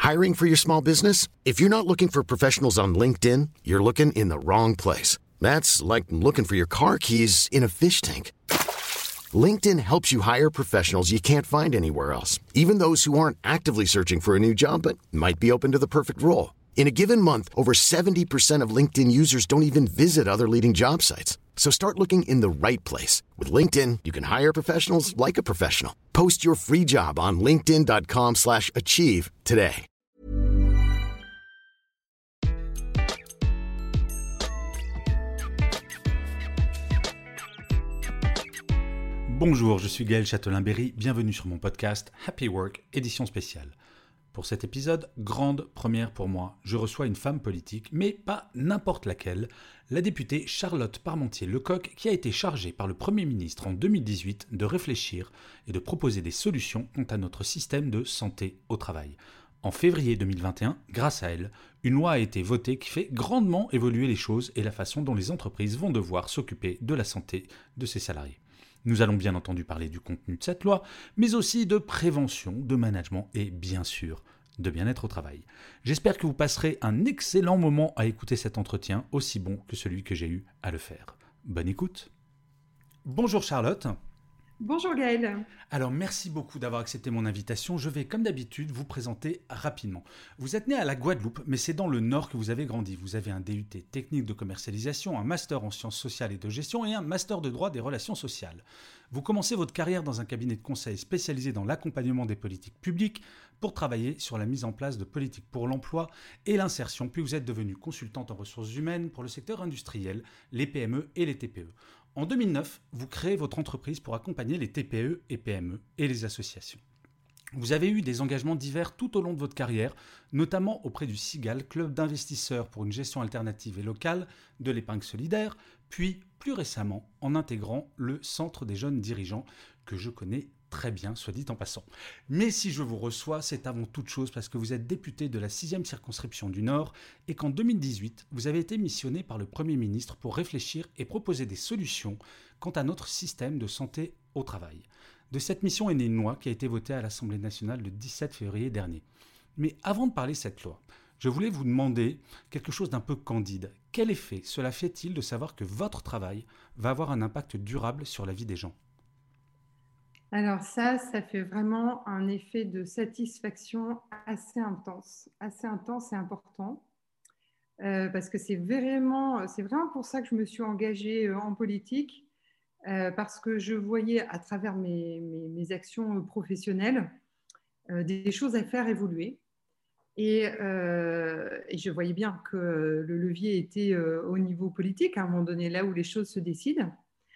Hiring for your small business? If you're not looking for professionals on LinkedIn, you're looking in the wrong place. That's like looking for your car keys in a fish tank. LinkedIn helps you hire professionals you can't find anywhere else, even those who aren't actively searching for a new job but might be open to the perfect role. In a given month, over 70% of LinkedIn users don't even visit other leading job sites. So start looking in the right place. With LinkedIn, you can hire professionals like a professional. Post your free job on linkedin.com/achieve today. Bonjour, je suis Gaël Châtelain-Berry, bienvenue sur mon podcast Happy Work, édition spéciale. Pour cet épisode, grande première pour moi, je reçois une femme politique, mais pas n'importe laquelle, la députée Charlotte Parmentier-Lecocq, qui a été chargée par le Premier ministre en 2018 de réfléchir et de proposer des solutions quant à notre système de santé au travail. En février 2021, grâce à elle, une loi a été votée qui fait grandement évoluer les choses et la façon dont les entreprises vont devoir s'occuper de la santé de ses salariés. Nous allons bien entendu parler du contenu de cette loi, mais aussi de prévention, de management et bien sûr de bien-être au travail. J'espère que vous passerez un excellent moment à écouter cet entretien, aussi bon que celui que j'ai eu à le faire. Bonne écoute. Bonjour Charlotte. Bonjour Gaël. Alors merci beaucoup d'avoir accepté mon invitation. Je vais comme d'habitude vous présenter rapidement. Vous êtes né à la Guadeloupe, mais c'est dans le Nord que vous avez grandi. Vous avez un DUT technique de commercialisation, un master en sciences sociales et de gestion et un master de droit des relations sociales. Vous commencez votre carrière dans un cabinet de conseil spécialisé dans l'accompagnement des politiques publiques pour travailler sur la mise en place de politiques pour l'emploi et l'insertion. Puis vous êtes devenue consultante en ressources humaines pour le secteur industriel, les PME et les TPE. En 2009, vous créez votre entreprise pour accompagner les TPE et PME et les associations. Vous avez eu des engagements divers tout au long de votre carrière, notamment auprès du CIGAL, Club d'investisseurs pour une gestion alternative et locale de l'épargne solidaire, puis plus récemment en intégrant le Centre des jeunes dirigeants que je connais très bien, soit dit en passant. Mais si je vous reçois, c'est avant toute chose parce que vous êtes député de la 6e circonscription du Nord et qu'en 2018, vous avez été missionné par le Premier ministre pour réfléchir et proposer des solutions quant à notre système de santé au travail. De cette mission est née une loi qui a été votée à l'Assemblée nationale le 17 février dernier. Mais avant de parler de cette loi, je voulais vous demander quelque chose d'un peu candide. Quel effet cela fait-il de savoir que votre travail va avoir un impact durable sur la vie des gens ? Alors ça fait vraiment un effet de satisfaction assez intense et important, parce que c'est vraiment pour ça que je me suis engagée en politique, parce que je voyais à travers mes actions professionnelles des choses à faire évoluer. Et je voyais bien que le levier était au niveau politique, à un moment donné, là où les choses se décident.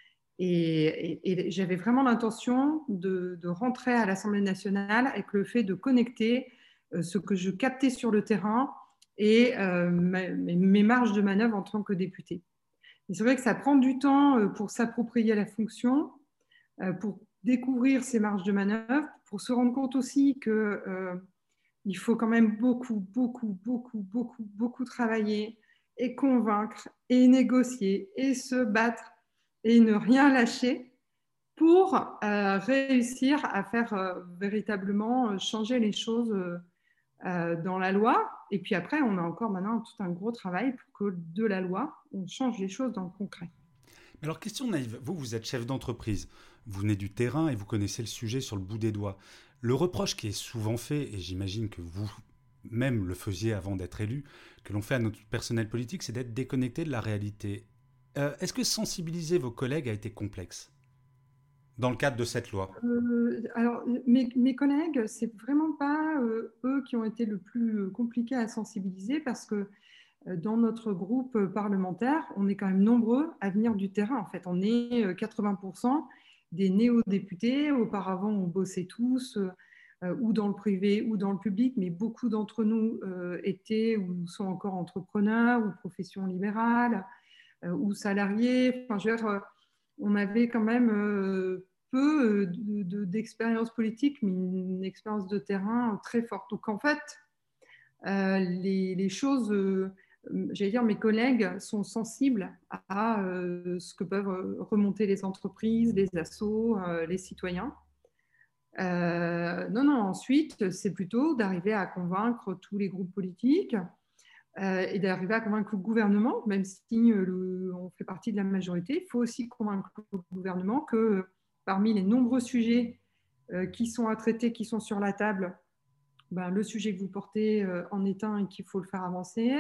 Et j'avais vraiment l'intention de rentrer à l'Assemblée nationale avec le fait de connecter ce que je captais sur le terrain et mes marges de manœuvre en tant que députée. Et c'est vrai que ça prend du temps pour s'approprier la fonction, pour découvrir ces marges de manœuvre, pour se rendre compte aussi qu'il faut quand même beaucoup travailler et convaincre et négocier et se battre et ne rien lâcher pour réussir à faire véritablement changer les choses dans la loi. Et puis après, on a encore maintenant tout un gros travail pour que de la loi, on change les choses dans le concret. Alors, question naïve, vous êtes chef d'entreprise, vous venez du terrain et vous connaissez le sujet sur le bout des doigts. Le reproche qui est souvent fait, et j'imagine que vous-même le faisiez avant d'être élu, que l'on fait à notre personnel politique, c'est d'être déconnecté de la réalité. Est-ce que sensibiliser vos collègues a été complexe dans le cadre de cette loi ? Alors, mes collègues, c'est vraiment pas eux qui ont été le plus compliqués à sensibiliser, parce que dans notre groupe parlementaire, on est quand même nombreux à venir du terrain. En fait, on est 80% des néo-députés. Auparavant, on bossait tous ou dans le privé ou dans le public, mais beaucoup d'entre nous étaient ou sont encore entrepreneurs ou professions libérales ou salariés. Enfin, je veux dire, on avait quand même peu d'expérience politique, mais une expérience de terrain très forte. Donc en fait, les choses, j'allais dire, mes collègues sont sensibles à ce que peuvent remonter les entreprises, les assos, les citoyens. Non, non, ensuite, c'est plutôt d'arriver à convaincre tous les groupes politiques et d'arriver à convaincre le gouvernement, même si on fait partie de la majorité. Il faut aussi convaincre le gouvernement que parmi les nombreux sujets qui sont à traiter, qui sont sur la table, le sujet que vous portez en est un et qu'il faut le faire avancer.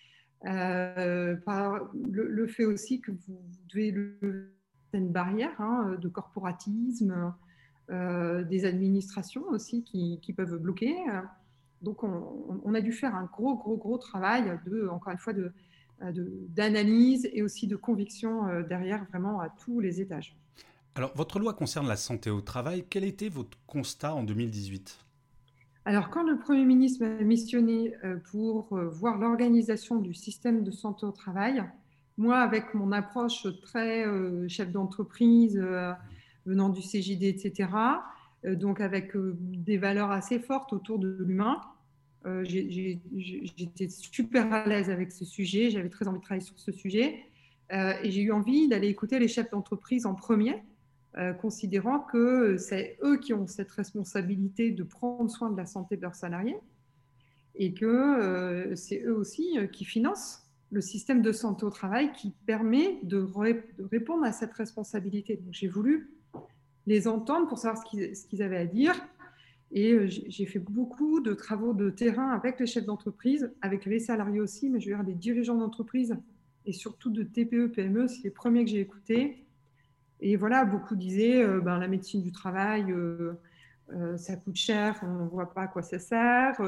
Le fait aussi que vous devez lever une barrière de corporatisme, des administrations aussi qui peuvent bloquer. Donc, on a dû faire un gros travail encore une fois, d'analyse et aussi de conviction derrière vraiment à tous les étages. Alors, votre loi concerne la santé au travail. Quel était votre constat en 2018 ? Alors, quand le Premier ministre m'a missionné pour voir l'organisation du système de santé au travail, moi, avec mon approche très chef d'entreprise, venant du CJD, etc., donc avec des valeurs assez fortes autour de l'humain, j'étais super à l'aise avec ce sujet, j'avais très envie de travailler sur ce sujet, et j'ai eu envie d'aller écouter les chefs d'entreprise en premier, considérant que c'est eux qui ont cette responsabilité de prendre soin de la santé de leurs salariés et que c'est eux aussi qui financent le système de santé au travail qui permet de répondre à cette responsabilité. Donc j'ai voulu les entendre pour savoir ce qu'ils avaient à dire. Et j'ai fait beaucoup de travaux de terrain avec les chefs d'entreprise, avec les salariés aussi, mais je veux dire des dirigeants d'entreprise et surtout de TPE, PME, c'est les premiers que j'ai écoutés. Et voilà, beaucoup disaient la médecine du travail, ça coûte cher, on ne voit pas à quoi ça sert,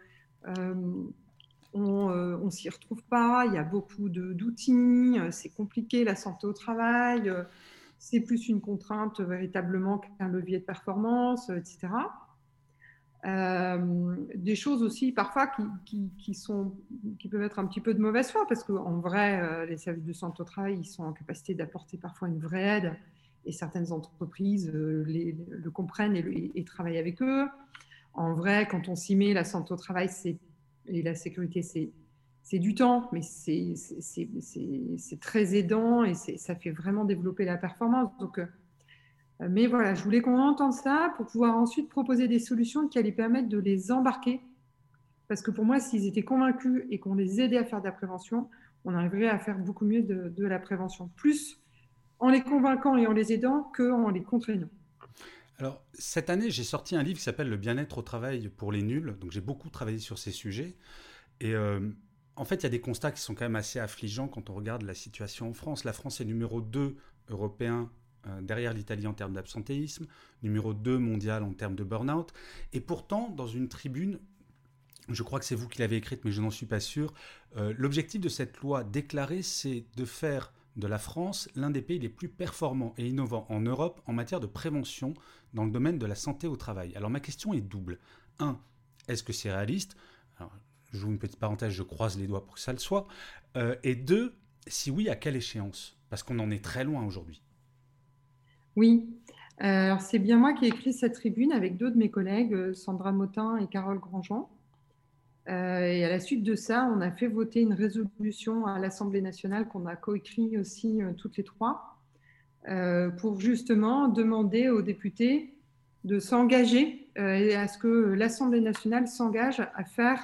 on ne s'y retrouve pas, il y a beaucoup d'outils, c'est compliqué la santé au travail, c'est plus une contrainte véritablement qu'un levier de performance, etc. Des choses aussi parfois qui peuvent être un petit peu de mauvaise foi, parce qu'en vrai, les services de santé au travail, ils sont en capacité d'apporter parfois une vraie aide, et certaines entreprises le comprennent et travaillent avec eux. En vrai, quand on s'y met, la santé au travail et la sécurité, c'est du temps, mais c'est très aidant et ça fait vraiment développer la performance. Donc, mais voilà, je voulais qu'on entende ça pour pouvoir ensuite proposer des solutions qui allaient permettre de les embarquer. Parce que pour moi, s'ils étaient convaincus et qu'on les aidait à faire de la prévention, on arriverait à faire beaucoup mieux de la prévention. Plus en les convainquant et en les aidant qu'en les contraignant. Alors, cette année, j'ai sorti un livre qui s'appelle Le bien-être au travail pour les nuls. Donc, j'ai beaucoup travaillé sur ces sujets. Et en fait, il y a des constats qui sont quand même assez affligeants quand on regarde la situation en France. La France est numéro 2 européen derrière l'Italie en termes d'absentéisme, numéro 2 mondial en termes de burn-out. Et pourtant, dans une tribune, je crois que c'est vous qui l'avez écrite, mais je n'en suis pas sûr, l'objectif de cette loi déclarée, c'est de faire de la France l'un des pays les plus performants et innovants en Europe en matière de prévention dans le domaine de la santé au travail. Alors ma question est double. 1. Est-ce que c'est réaliste ? Alors, j'ouvre une petite parenthèse, je croise les doigts pour que ça le soit. Et 2, si oui, à quelle échéance ? Parce qu'on en est très loin aujourd'hui. Oui, alors c'est bien moi qui ai écrit cette tribune avec deux de mes collègues, Sandra Motin et Carole Grandjean. Et à la suite de ça, on a fait voter une résolution à l'Assemblée nationale qu'on a coécrit aussi toutes les trois, pour justement demander aux députés de s'engager et à ce que l'Assemblée nationale s'engage à faire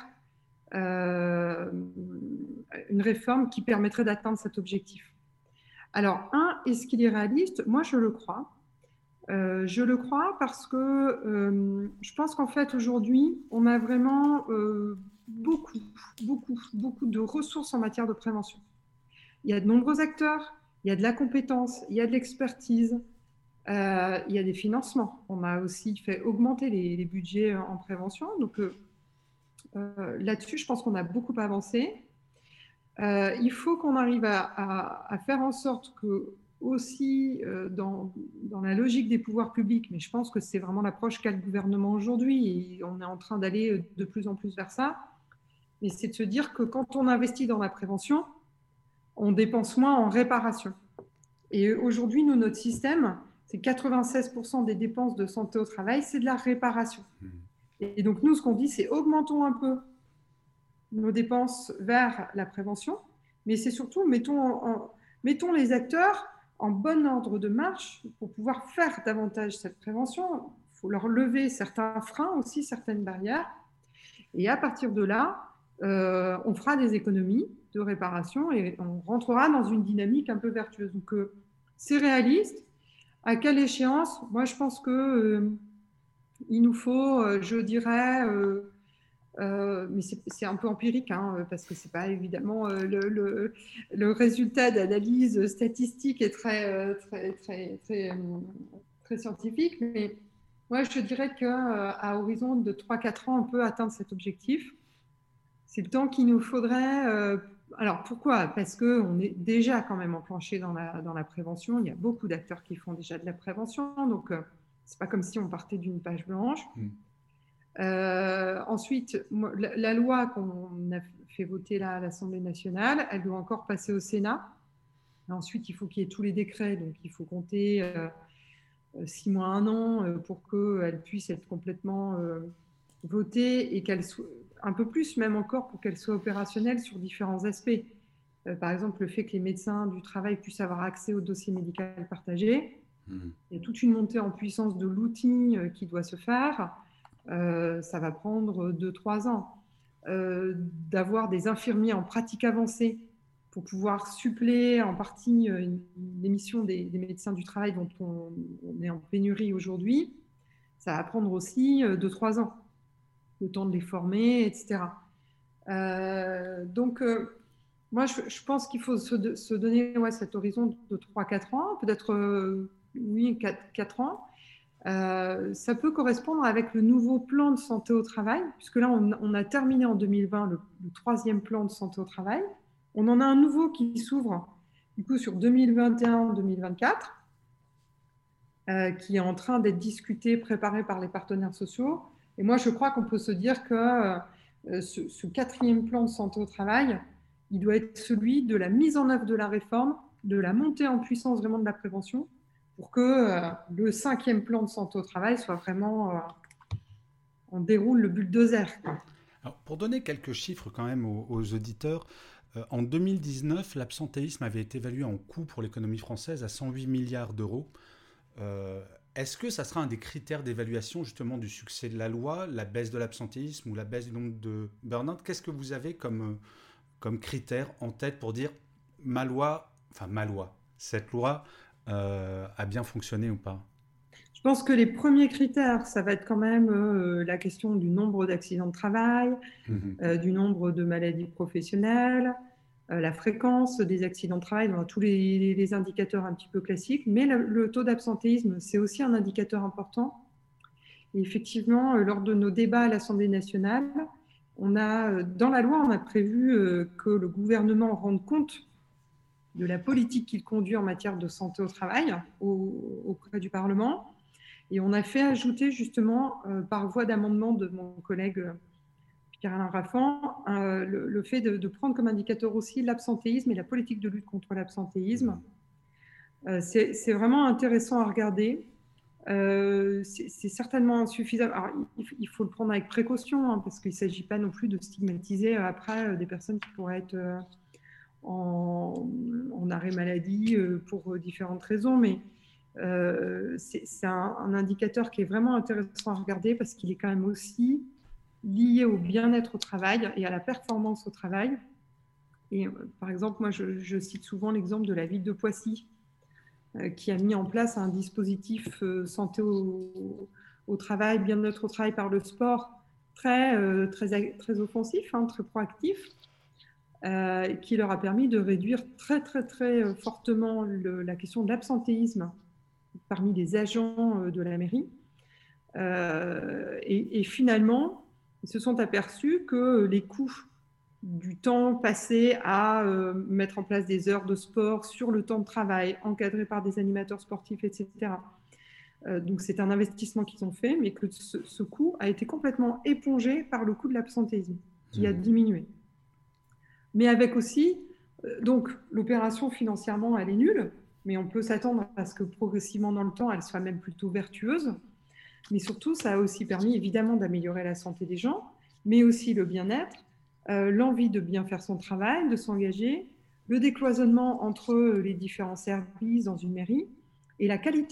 une réforme qui permettrait d'atteindre cet objectif. Alors, est-ce qu'il est réaliste ? Moi, je le crois. Je le crois parce que je pense qu'en fait, aujourd'hui, on a vraiment beaucoup de ressources en matière de prévention. Il y a de nombreux acteurs, il y a de la compétence, il y a de l'expertise, il y a des financements. On a aussi fait augmenter les budgets en prévention. Donc là-dessus, je pense qu'on a beaucoup avancé. Il faut qu'on arrive à faire en sorte que aussi dans la logique des pouvoirs publics, mais je pense que c'est vraiment l'approche qu'a le gouvernement aujourd'hui et on est en train d'aller de plus en plus vers ça, mais c'est de se dire que quand on investit dans la prévention, on dépense moins en réparation. Et aujourd'hui, nous, notre système, c'est 96% des dépenses de santé au travail, c'est de la réparation. Et donc nous, ce qu'on dit, c'est augmentons un peu nos dépenses vers la prévention, mais c'est surtout mettons les acteurs en bon ordre de marche pour pouvoir faire davantage cette prévention. Il faut leur lever certains freins aussi, certaines barrières. Et à partir de là, on fera des économies de réparation et on rentrera dans une dynamique un peu vertueuse. Donc, c'est réaliste. À quelle échéance? Moi, je pense que il nous faut, je dirais, mais c'est un peu empirique, hein, parce que c'est pas évidemment le résultat d'analyse statistique est très scientifique, mais moi je dirais qu'à horizon de 3-4 ans, on peut atteindre cet objectif. C'est le temps qu'il nous faudrait. Alors pourquoi? Parce qu'on est déjà quand même enclenché dans la prévention. Il y a beaucoup d'acteurs qui font déjà de la prévention, donc c'est pas comme si on partait d'une page blanche. Ensuite, la loi qu'on a fait voter là à l'Assemblée nationale, elle doit encore passer au Sénat. Et ensuite, il faut qu'il y ait tous les décrets, donc il faut compter 6 mois, 1 an pour qu'elle puisse être complètement votée et qu'elle soit un peu plus même encore pour qu'elle soit opérationnelle sur différents aspects. Par exemple, le fait que les médecins du travail puissent avoir accès au dossier médical partagé. Il y a toute une montée en puissance de l'outil qui doit se faire. Ça va prendre 2-3 ans. D'avoir des infirmiers en pratique avancée pour pouvoir suppléer en partie l'émission des médecins du travail dont on est en pénurie aujourd'hui, ça va prendre aussi 2-3 ans, le temps de les former, etc. Donc, moi, je pense qu'il faut se donner cet horizon de 3-4 ans, peut-être, 4 ans. Ça peut correspondre avec le nouveau plan de santé au travail, puisque là, on a terminé en 2020 le 3e plan de santé au travail. On en a un nouveau qui s'ouvre du coup sur 2021-2024, qui est en train d'être discuté, préparé par les partenaires sociaux. Et moi, je crois qu'on peut se dire que ce 4e plan de santé au travail, il doit être celui de la mise en œuvre de la réforme, de la montée en puissance vraiment de la prévention, pour que le 5e plan de santé au travail soit vraiment, on déroule le bulldozer. Alors, pour donner quelques chiffres quand même aux auditeurs, en 2019, l'absentéisme avait été évalué en coût pour l'économie française à 108 milliards d'euros. Est-ce que ça sera un des critères d'évaluation justement du succès de la loi, la baisse de l'absentéisme ou la baisse du nombre de burn-out? Qu'est-ce que vous avez comme critère en tête pour dire cette loi a bien fonctionné ou pas? Je pense que les premiers critères, ça va être quand même la question du nombre d'accidents de travail, du nombre de maladies professionnelles, la fréquence des accidents de travail, dans tous les indicateurs un petit peu classiques. Mais le taux d'absentéisme, c'est aussi un indicateur important. Et effectivement, lors de nos débats à l'Assemblée nationale, dans la loi, on a prévu que le gouvernement rende compte de la politique qu'il conduit en matière de santé au travail auprès du Parlement. Et on a fait ajouter justement, par voie d'amendement de mon collègue Pierre-Alain Raffan, le fait de prendre comme indicateur aussi l'absentéisme et la politique de lutte contre l'absentéisme. C'est vraiment intéressant à regarder. C'est certainement insuffisant. Alors, il faut le prendre avec précaution, parce qu'il ne s'agit pas non plus de stigmatiser après des personnes qui pourraient être en arrêt maladie pour différentes raisons, mais c'est un indicateur qui est vraiment intéressant à regarder parce qu'il est quand même aussi lié au bien-être au travail et à la performance au travail. Et par exemple, moi, je cite souvent l'exemple de la ville de Poissy, qui a mis en place un dispositif santé au travail, bien-être au travail par le sport, très offensif, très proactif, qui leur a permis de réduire très fortement la question de l'absentéisme parmi les agents de la mairie. Et finalement, ils se sont aperçus que les coûts du temps passé à mettre en place des heures de sport sur le temps de travail, encadré par des animateurs sportifs, etc. Donc c'est un investissement qu'ils ont fait, mais que ce coût a été complètement épongé par le coût de l'absentéisme, qui a diminué. Mais avec aussi, donc l'opération financièrement, elle est nulle, mais on peut s'attendre à ce que progressivement dans le temps, elle soit même plutôt vertueuse. Mais surtout, ça a aussi permis évidemment d'améliorer la santé des gens, mais aussi le bien-être, l'envie de bien faire son travail, de s'engager, le décloisonnement entre les différents services dans une mairie et la qualité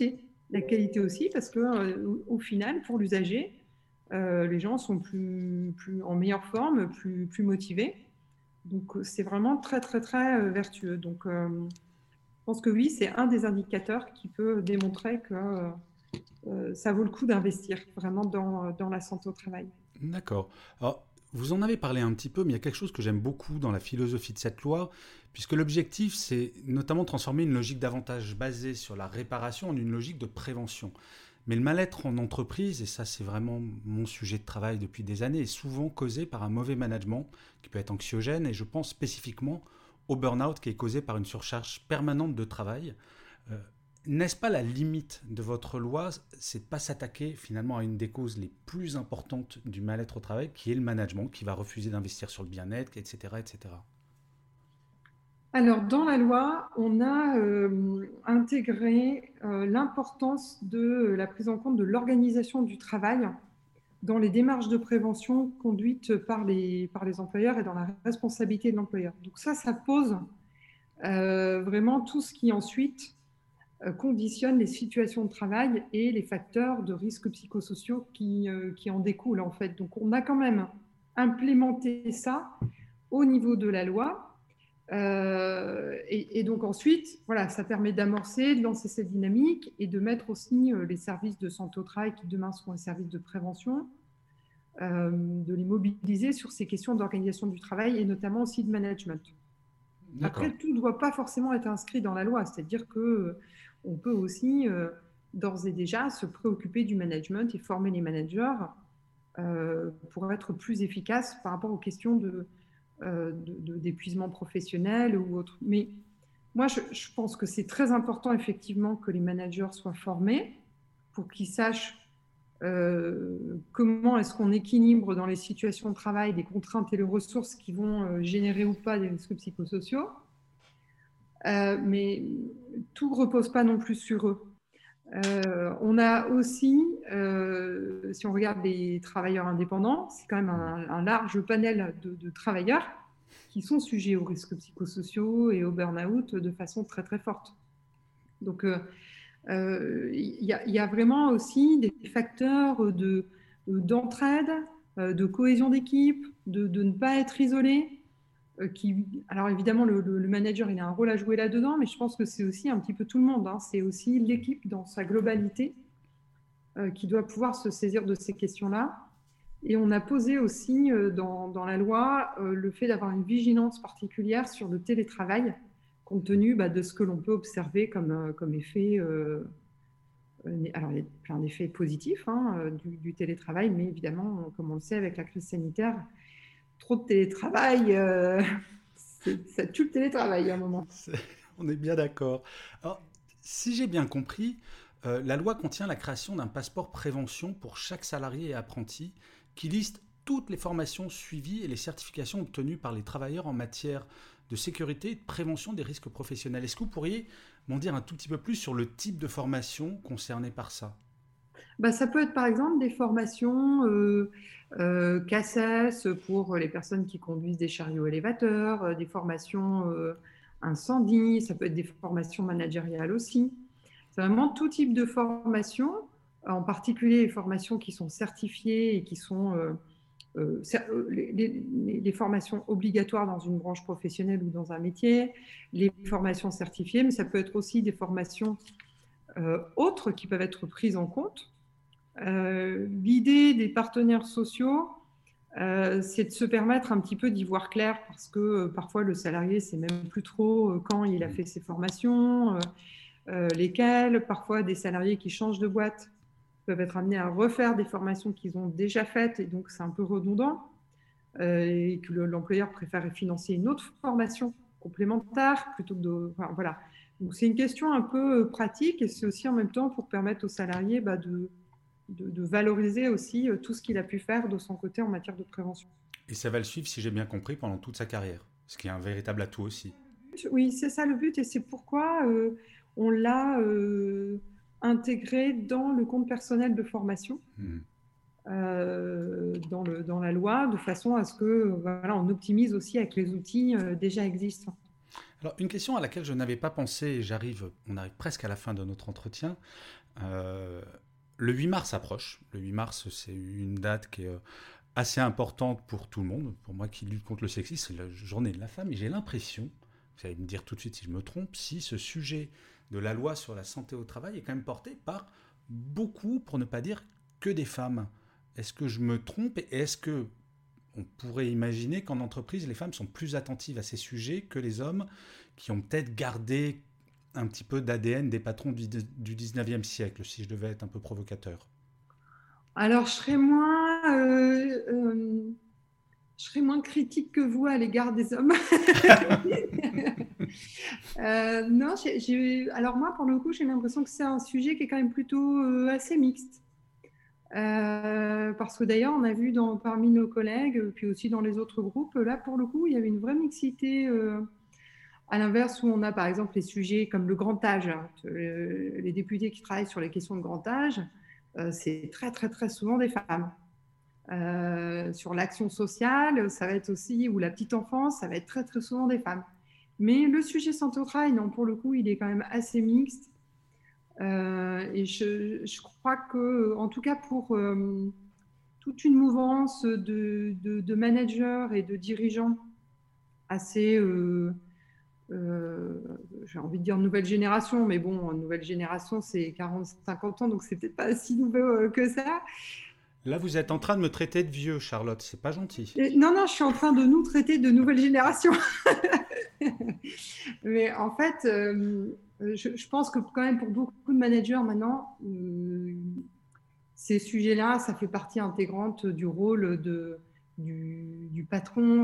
La qualité aussi, parce qu'au final, pour l'usager, les gens sont plus en meilleure forme, plus motivés. Donc, c'est vraiment très, très, très vertueux. Donc, je pense que oui, c'est un des indicateurs qui peut démontrer que ça vaut le coup d'investir vraiment dans la santé au travail. D'accord. Alors, vous en avez parlé un petit peu, mais il y a quelque chose que j'aime beaucoup dans la philosophie de cette loi, puisque l'objectif, c'est notamment de transformer une logique davantage basée sur la réparation en une logique de prévention. Mais le mal-être en entreprise, et ça c'est vraiment mon sujet de travail depuis des années, est souvent causé par un mauvais management qui peut être anxiogène, et je pense spécifiquement au burn-out qui est causé par une surcharge permanente de travail. Euh, N'est-ce pas la limite de votre loi? C'est de pas s'attaquer finalement à une des causes les plus importantes du mal-être au travail, qui est le management, qui va refuser d'investir sur le bien-être, etc., etc. Alors, dans la loi, on a intégré l'importance de la prise en compte de l'organisation du travail dans les démarches de prévention conduites par les employeurs et dans la responsabilité de l'employeur. Donc ça pose vraiment tout ce qui ensuite conditionne les situations de travail et les facteurs de risques psychosociaux qui en découlent en fait. Donc on a quand même implémenté ça au niveau de la loi. Et donc ensuite, voilà, ça permet d'amorcer, de lancer cette dynamique et de mettre aussi les services de santé au travail qui demain seront les services de prévention, de les mobiliser sur ces questions d'organisation du travail et notamment aussi de management. D'accord. Après, tout ne doit pas forcément être inscrit dans la loi, c'est-à-dire qu'on peut aussi d'ores et déjà se préoccuper du management et former les managers pour être plus efficaces par rapport aux questions d'épuisement professionnel ou autre. Mais moi, je pense que c'est très important effectivement que les managers soient formés pour qu'ils sachent comment est-ce qu'on équilibre dans les situations de travail les contraintes et les ressources qui vont générer ou pas des risques psychosociaux. Mais tout ne repose pas non plus sur eux. On a aussi, si on regarde les travailleurs indépendants, c'est quand même un large panel de travailleurs qui sont sujets aux risques psychosociaux et au burn-out de façon très très forte. Donc, y a vraiment aussi des facteurs d'entraide, de cohésion d'équipe, de ne pas être isolé. Alors évidemment, le manager, il a un rôle à jouer là-dedans, mais je pense que c'est aussi un petit peu tout le monde. Hein. C'est aussi l'équipe dans sa globalité qui doit pouvoir se saisir de ces questions-là. Et on a posé aussi dans la loi le fait d'avoir une vigilance particulière sur le télétravail, compte tenu de ce que l'on peut observer comme effet. Alors, il y a plein d'effets positifs du télétravail, mais évidemment, comme on le sait, avec la crise sanitaire, trop de télétravail, ça tue le télétravail à un moment. On est bien d'accord. Alors, si j'ai bien compris, la loi contient la création d'un passeport prévention pour chaque salarié et apprenti qui liste toutes les formations suivies et les certifications obtenues par les travailleurs en matière de sécurité et de prévention des risques professionnels. Est-ce que vous pourriez m'en dire un tout petit peu plus sur le type de formation concernée par ça? Ça peut être par exemple des formations CACES pour les personnes qui conduisent des chariots élévateurs, des formations incendie, ça peut être des formations managériales aussi. C'est vraiment tout type de formation, en particulier les formations qui sont certifiées et qui sont les formations obligatoires dans une branche professionnelle ou dans un métier, les formations certifiées, mais ça peut être aussi des formations autres qui peuvent être prises en compte. L'idée des partenaires sociaux, c'est de se permettre un petit peu d'y voir clair parce que parfois le salarié ne sait même plus trop quand il a fait ses formations, lesquelles. Parfois des salariés qui changent de boîte peuvent être amenés à refaire des formations qu'ils ont déjà faites et donc c'est un peu redondant et que l'employeur préfère financer une autre formation complémentaire plutôt que de... Enfin, voilà. Donc c'est une question un peu pratique et c'est aussi en même temps pour permettre aux salariés de valoriser aussi tout ce qu'il a pu faire de son côté en matière de prévention. Et ça va le suivre, si j'ai bien compris, pendant toute sa carrière, ce qui est un véritable atout aussi. Oui, c'est ça le but et c'est pourquoi on l'a intégré dans le compte personnel de formation. Dans la loi, de façon à ce que voilà, on optimise aussi avec les outils déjà existants. Alors, une question à laquelle je n'avais pas pensé, et on arrive presque à la fin de notre entretien. Le 8 mars approche. Le 8 mars, c'est une date qui est assez importante pour tout le monde. Pour moi qui lutte contre le sexisme, c'est la journée de la femme. Et j'ai l'impression, vous allez me dire tout de suite si je me trompe, si ce sujet de la loi sur la santé au travail est quand même porté par beaucoup, pour ne pas dire que des femmes. Est-ce que je me trompe et est-ce que on pourrait imaginer qu'en entreprise, les femmes sont plus attentives à ces sujets que les hommes qui ont peut-être gardé un petit peu d'ADN des patrons du 19e siècle, si je devais être un peu provocateur. Alors, je serais moins critique que vous à l'égard des hommes. Non, alors moi, pour le coup, j'ai l'impression que c'est un sujet qui est quand même plutôt assez mixte. Parce que d'ailleurs, on a vu parmi nos collègues, puis aussi dans les autres groupes, là, pour le coup, il y avait une vraie mixité. À l'inverse, où on a par exemple les sujets comme le grand âge, hein, les députés qui travaillent sur les questions de grand âge, c'est très, très, très souvent des femmes. Sur l'action sociale, ça va être aussi, ou la petite enfance, ça va être très, très souvent des femmes. Mais le sujet santé au travail, non, pour le coup, il est quand même assez mixte. Et je crois que, en tout cas, pour toute une mouvance de managers et de dirigeants assez, j'ai envie de dire nouvelle génération, mais bon, nouvelle génération, c'est 40-50 ans, donc c'est peut-être pas si nouveau que ça. Là, vous êtes en train de me traiter de vieux, Charlotte. C'est pas gentil. Non, non, je suis en train de nous traiter de nouvelle génération. Mais en fait, je pense que quand même pour beaucoup de managers maintenant, ces sujets-là, ça fait partie intégrante du rôle du patron.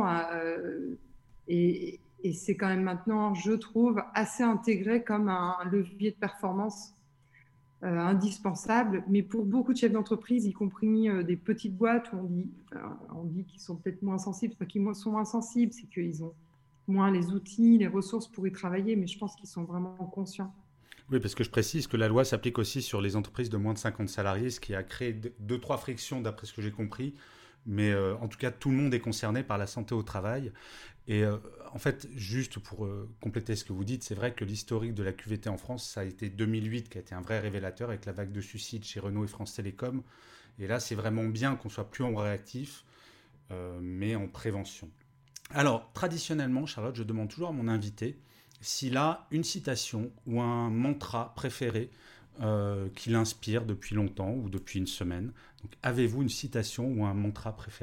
Et c'est quand même maintenant, je trouve, assez intégré comme un levier de performance indispensable. Mais pour beaucoup de chefs d'entreprise, y compris des petites boîtes où on dit qu'ils sont peut-être moins sensibles, c'est pas qu'ils sont moins sensibles, c'est qu'ils ont moins les outils, les ressources pour y travailler, mais je pense qu'ils sont vraiment conscients. Oui, parce que je précise que la loi s'applique aussi sur les entreprises de moins de 50 salariés, ce qui a créé 2-3 frictions d'après ce que j'ai compris. Mais en tout cas, tout le monde est concerné par la santé au travail. Et en fait, juste pour compléter ce que vous dites, c'est vrai que l'historique de la QVT en France, ça a été 2008 qui a été un vrai révélateur avec la vague de suicides chez Renault et France Télécom. Et là, c'est vraiment bien qu'on soit plus en réactif, mais en prévention. Alors, traditionnellement, Charlotte, je demande toujours à mon invité s'il a une citation ou un mantra préféré qui l'inspire depuis longtemps ou depuis une semaine. Donc, avez-vous une citation ou un mantra préféré ?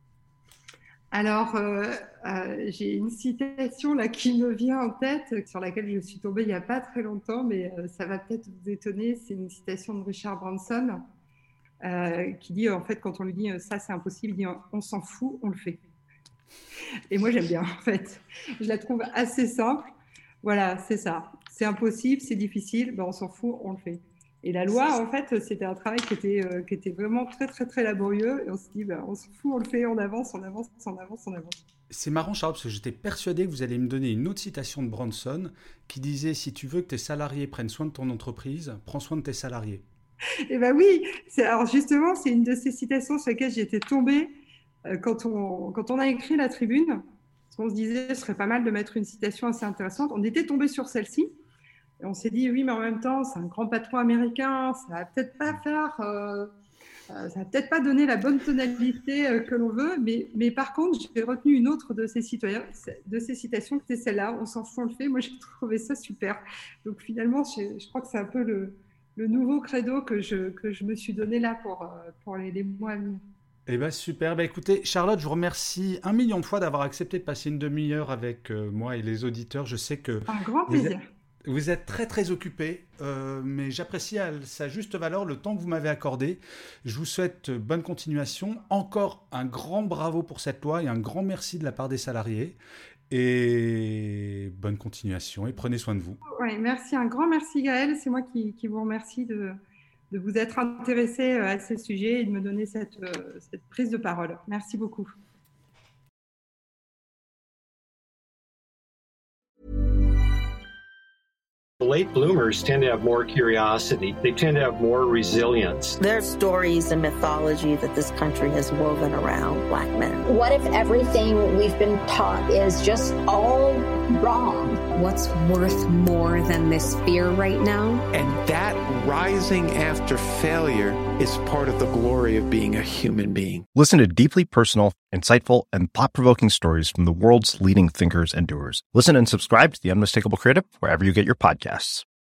Alors, j'ai une citation là qui me vient en tête, sur laquelle je suis tombée il n'y a pas très longtemps, mais ça va peut-être vous étonner. C'est une citation de Richard Branson qui dit, en fait, quand on lui dit ça c'est impossible, il dit on s'en fout, on le fait. Et moi j'aime bien, en fait. Je la trouve assez simple. Voilà, c'est ça. C'est impossible, c'est difficile, ben on s'en fout, on le fait. Et la loi, en fait, c'était un travail qui était vraiment très, très, très laborieux. Et on se dit, ben, on s'en fout, on le fait, on avance, on avance, on avance, on avance. C'est marrant, Charles, parce que j'étais persuadé que vous allez me donner une autre citation de Branson qui disait « Si tu veux que tes salariés prennent soin de ton entreprise, prends soin de tes salariés ». Et ben oui, alors justement, c'est une de ces citations sur lesquelles j'étais tombée quand on a écrit la tribune. Parce qu'on se disait, ce serait pas mal de mettre une citation assez intéressante. On était tombé sur celle-ci. Et on s'est dit, oui, mais en même temps, c'est un grand patron américain, ça va peut-être pas ça va peut-être pas donner la bonne tonalité que l'on veut, mais par contre, j'ai retenu une autre de ces citations, qui était celle-là, on s'en fout, on le fait. Moi, j'ai trouvé ça super. Donc finalement, je crois que c'est un peu le nouveau credo que je me suis donné là pour les mois à venir. Eh bien, super. Bah, écoutez, Charlotte, je vous remercie 1 million de fois d'avoir accepté de passer une demi-heure avec moi et les auditeurs. Je sais que Un grand vous plaisir. Vous êtes très très occupé, mais j'apprécie à sa juste valeur le temps que vous m'avez accordé. Je vous souhaite bonne continuation. Encore un grand bravo pour cette loi et un grand merci de la part des salariés. Et bonne continuation et prenez soin de vous. Ouais, merci, un grand merci Gaël. C'est moi qui vous remercie de vous être intéressé à ce sujet et de me donner cette prise de parole. Merci beaucoup. late bloomers tend to have more curiosity. They tend to have more resilience. There's stories and mythology that this country has woven around Black men. What if everything we've been taught is just all wrong? What's worth more than this fear right now? And that rising after failure is part of the glory of being a human being. Listen to deeply personal, insightful, and thought-provoking stories from the world's leading thinkers and doers. Listen and subscribe to The Unmistakable Creative wherever you get your podcasts.